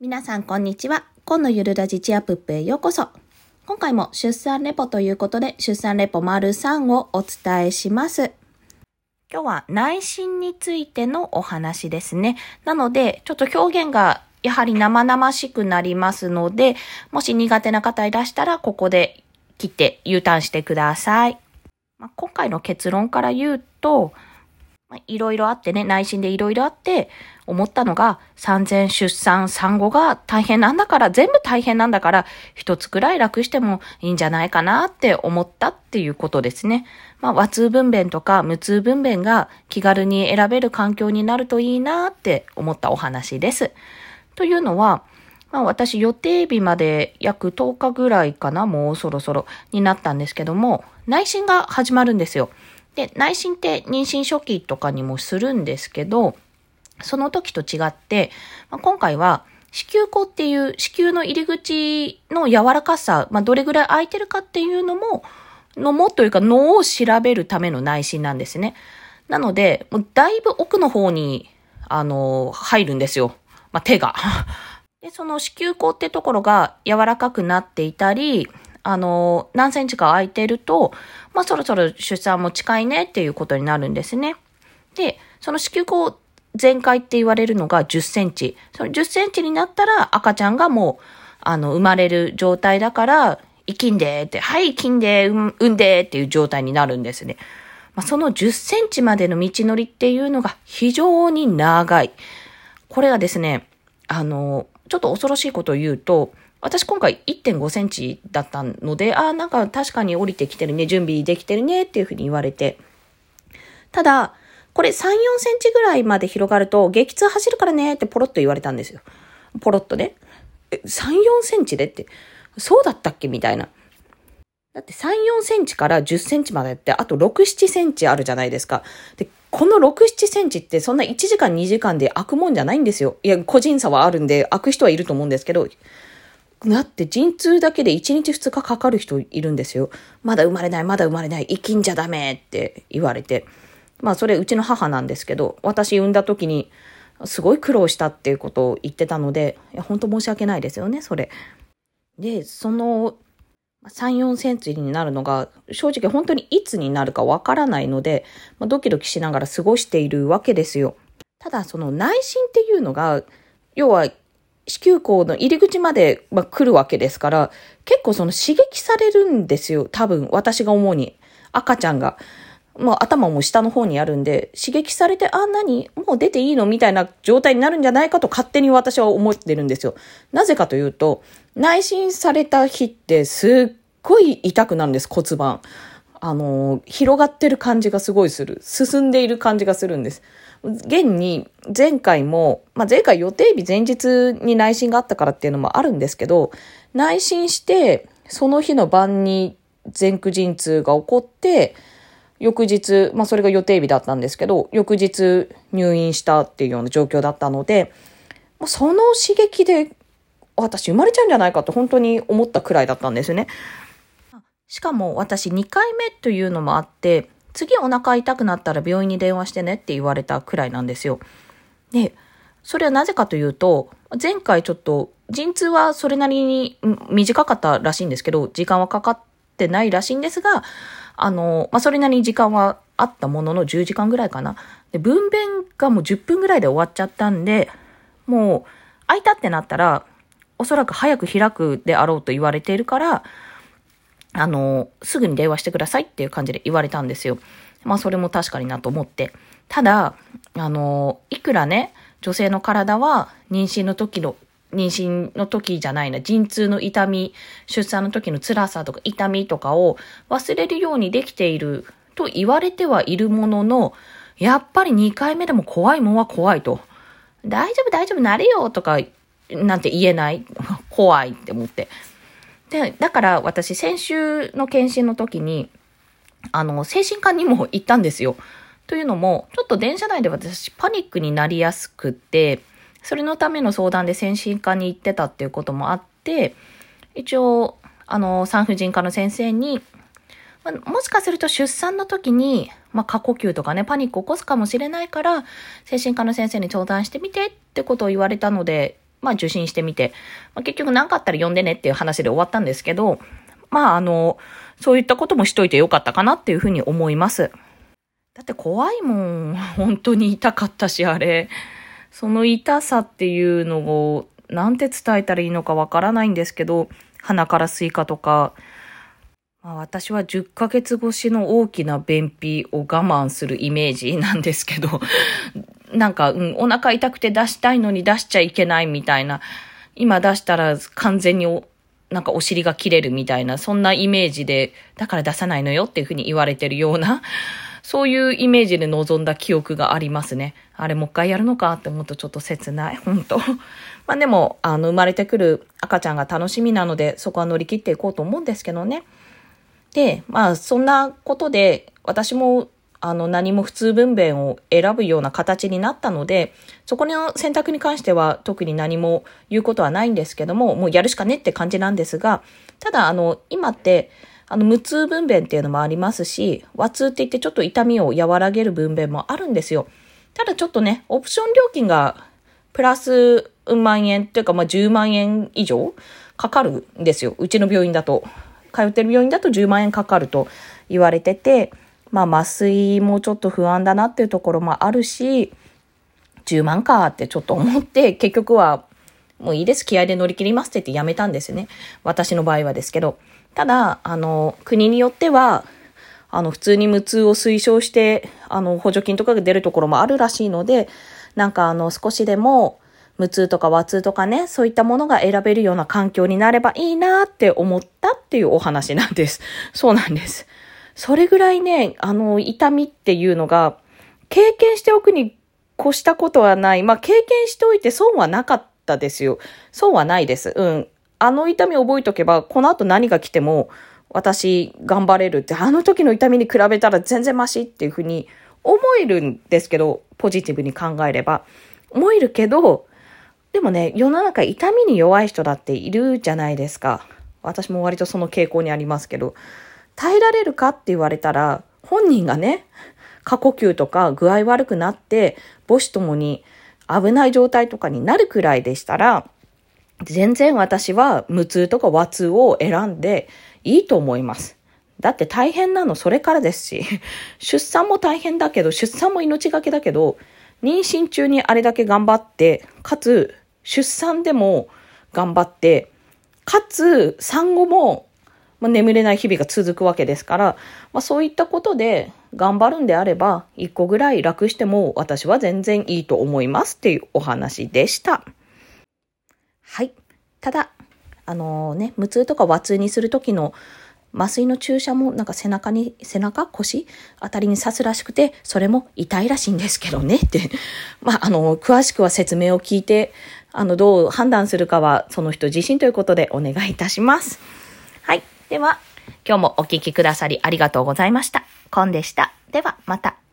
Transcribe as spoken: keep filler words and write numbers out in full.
皆さんこんにちは。今のゆるラジチアプップへようこそ。今回も出産レポということで出産レポ ③ をお伝えします。今日は内診についてのお話ですね。なのでちょっと表現がやはり生々しくなりますので、もし苦手な方いらしたらここで切って U ターンしてください。まあ、今回の結論から言うと、いろいろあってね、内診でいろいろあって思ったのが、産前出産産後が大変なんだから、全部大変なんだから、一つくらい楽してもいいんじゃないかなって思ったっていうことですね。まあ、和痛分娩とか無痛分娩が気軽に選べる環境になるといいなって思ったお話です。というのは、まあ、私予定日まで約とおかぐらいかな、もうそろそろになったんですけども、内診が始まるんですよ。で、内診って妊娠初期とかにもするんですけど、その時と違って、まあ、今回は子宮口っていう子宮の入り口の柔らかさ、まあ、どれぐらい空いてるかっていうのも、のもというか脳を調べるための内診なんですね。なので、もうだいぶ奥の方に、あの、入るんですよ。まあ、手が。で、その子宮口ってところが柔らかくなっていたり、あの、何センチか空いてると、まあ、そろそろ出産も近いねっていうことになるんですね。で、その子宮口全開って言われるのがじゅっセンチ。そのじゅっセンチになったら赤ちゃんがもう、あの、生まれる状態だから、生きんでって、はい、生きんで、産んでっていう状態になるんですね。まあ、そのじゅっセンチまでの道のりっていうのが非常に長い。これがですね、あの、ちょっと恐ろしいことを言うと、私今回 いってんごセンチだったので、ああ、なんか確かに降りてきてるね、準備できてるねっていうふうに言われて。ただ、これさん、よんセンチぐらいまで広がると、激痛走るからねってポロッと言われたんですよ。ポロッとね。え、さん、よんセンチでって、そうだったっけみたいな。だってさん、よんセンチからじゅっセンチまでって、あとろく、ななセンチあるじゃないですか。で、このろく、ななセンチってそんないちじかんにじかんで開くもんじゃないんですよ。いや、個人差はあるんで、開く人はいると思うんですけど、だって陣痛だけでいちにちふつかかかる人いるんですよ。まだ生まれない、まだ生まれない、生きんじゃダメって言われて。まあそれうちの母なんですけど、私産んだ時にすごい苦労したっていうことを言ってたので、いや本当申し訳ないですよね、それ。で、そのさん、よんセンチになるのが正直本当にいつになるかわからないので、まあ、ドキドキしながら過ごしているわけですよ。ただその内診っていうのが、要は子宮口の入り口まで、まあ、来るわけですから、結構その刺激されるんですよ。多分、私が思うに。赤ちゃんが。まあ、頭も下の方にあるんで、刺激されて、あ、何もう出ていいのみたいな状態になるんじゃないかと勝手に私は思ってるんですよ。なぜかというと、内診された日ってすっごい痛くなるんです、骨盤。あの、広がってる感じがすごいする。進んでいる感じがするんです。現に前回も、まあ、前回予定日前日に内診があったからっていうのもあるんですけど、内診してその日の晩に前駆陣痛が起こって、翌日、まあそれが予定日だったんですけど、翌日入院したっていうような状況だったので、その刺激で私生まれちゃうんじゃないかと本当に思ったくらいだったんですよね。しかも私にかいめというのもあって、次お腹痛くなったら病院に電話してねって言われたくらいなんですよ。で、それはなぜかというと、前回ちょっと陣痛はそれなりに短かったらしいんですけど、時間はかかってないらしいんですが、あの、まあ、それなりに時間はあったもののじゅうじかんぐらいかな。で、分娩がもうじゅっぷんぐらいで終わっちゃったんで、もう空いたってなったら、おそらく早く開くであろうと言われているから、あの、すぐに電話してくださいっていう感じで言われたんですよ。まあそれも確かになと思って。ただ、あの、いくらね、女性の体は妊娠の時の、妊娠の時じゃないな、陣痛の痛み、出産の時の辛さとか痛みとかを忘れるようにできていると言われてはいるものの、やっぱりにかいめでも怖いもんは怖いと。大丈夫大丈夫なれよとかなんて言えない。怖いって思って。で、だから私先週の検診の時に、あの、精神科にも行ったんですよ。というのも、ちょっと電車内で私パニックになりやすくって、それのための相談で精神科に行ってたっていうこともあって、一応、あの、産婦人科の先生に、まあ、もしかすると出産の時に、まあ、過呼吸とかね、パニックを起こすかもしれないから、精神科の先生に相談してみてってことを言われたので、 まあ受診してみて、まあ、結局何かあったら呼んでねっていう話で終わったんですけど、まああの、そういったこともしといてよかったかなっていうふうに思います。だって怖いもん。本当に痛かったし、あれ。その痛さっていうのを、なんて伝えたらいいのかわからないんですけど、鼻からスイカとか、まあ、私はじゅっかげつ越しの大きな便秘を我慢するイメージなんですけど、なんか、うん、お腹痛くて出したいのに出しちゃいけないみたいな、今出したら完全にお、なんかお尻が切れるみたいな、そんなイメージで、だから出さないのよっていうふうに言われてるような、そういうイメージで臨んだ記憶がありますね。あれもう一回やるのかって思うとちょっと切ない。本当。まあでも、あの、生まれてくる赤ちゃんが楽しみなので、そこは乗り切っていこうと思うんですけどね。で、まあそんなことで、私も、あの、何も普通分娩を選ぶような形になったので、そこの選択に関しては特に何も言うことはないんですけども、もうやるしかねって感じなんですが、ただ、あの、今って、あの、無痛分娩っていうのもありますし、和痛って言ってちょっと痛みを和らげる分娩もあるんですよ。ただちょっとね、オプション料金がプラス万円というか、まあじゅうまんえん以上かかるんですよ。うちの病院だと。通ってる病院だとじゅうまんえんかかると言われてて、まあ麻酔もちょっと不安だなっていうところもあるし、じゅうまんかってちょっと思って、結局はもういいです、気合で乗り切りますって言ってやめたんですよね。私の場合はですけど。ただ、あの、国によっては、あの、普通に無痛を推奨して、あの、補助金とかが出るところもあるらしいので、なんかあの、少しでも、無痛とか和痛とかね、そういったものが選べるような環境になればいいなって思ったっていうお話なんです。そうなんです。それぐらいね、あの、痛みっていうのが、経験しておくに越したことはない。まあ、経験しておいて損はなかったですよ。損はないです。うん。あの痛みを覚えとけば、この後何が来ても、私頑張れるって、あの時の痛みに比べたら全然マシっていうふうに思えるんですけど、ポジティブに考えれば。思えるけど、でもね、世の中痛みに弱い人だっているじゃないですか。私も割とその傾向にありますけど、耐えられるかって言われたら、本人がね、過呼吸とか具合悪くなって、母子ともに危ない状態とかになるくらいでしたら、全然私は無痛とか和痛を選んでいいと思います。だって大変なのそれからですし、出産も大変だけど、出産も命がけだけど、妊娠中にあれだけ頑張って、かつ出産でも頑張って、かつ産後も、まあ、眠れない日々が続くわけですから、まあ、そういったことで頑張るんであれば、一個ぐらい楽しても私は全然いいと思いますっていうお話でした。はい。ただ、あのね、無痛とか和痛にするときの麻酔の注射もなんか背中に、背中、腰あたりに刺すらしくて、それも痛いらしいんですけどねって。まあ、あの、詳しくは説明を聞いて、あの、どう判断するかはその人自身ということでお願いいたします。はい。では、今日もお聞きくださりありがとうございました。コンでした。では、また。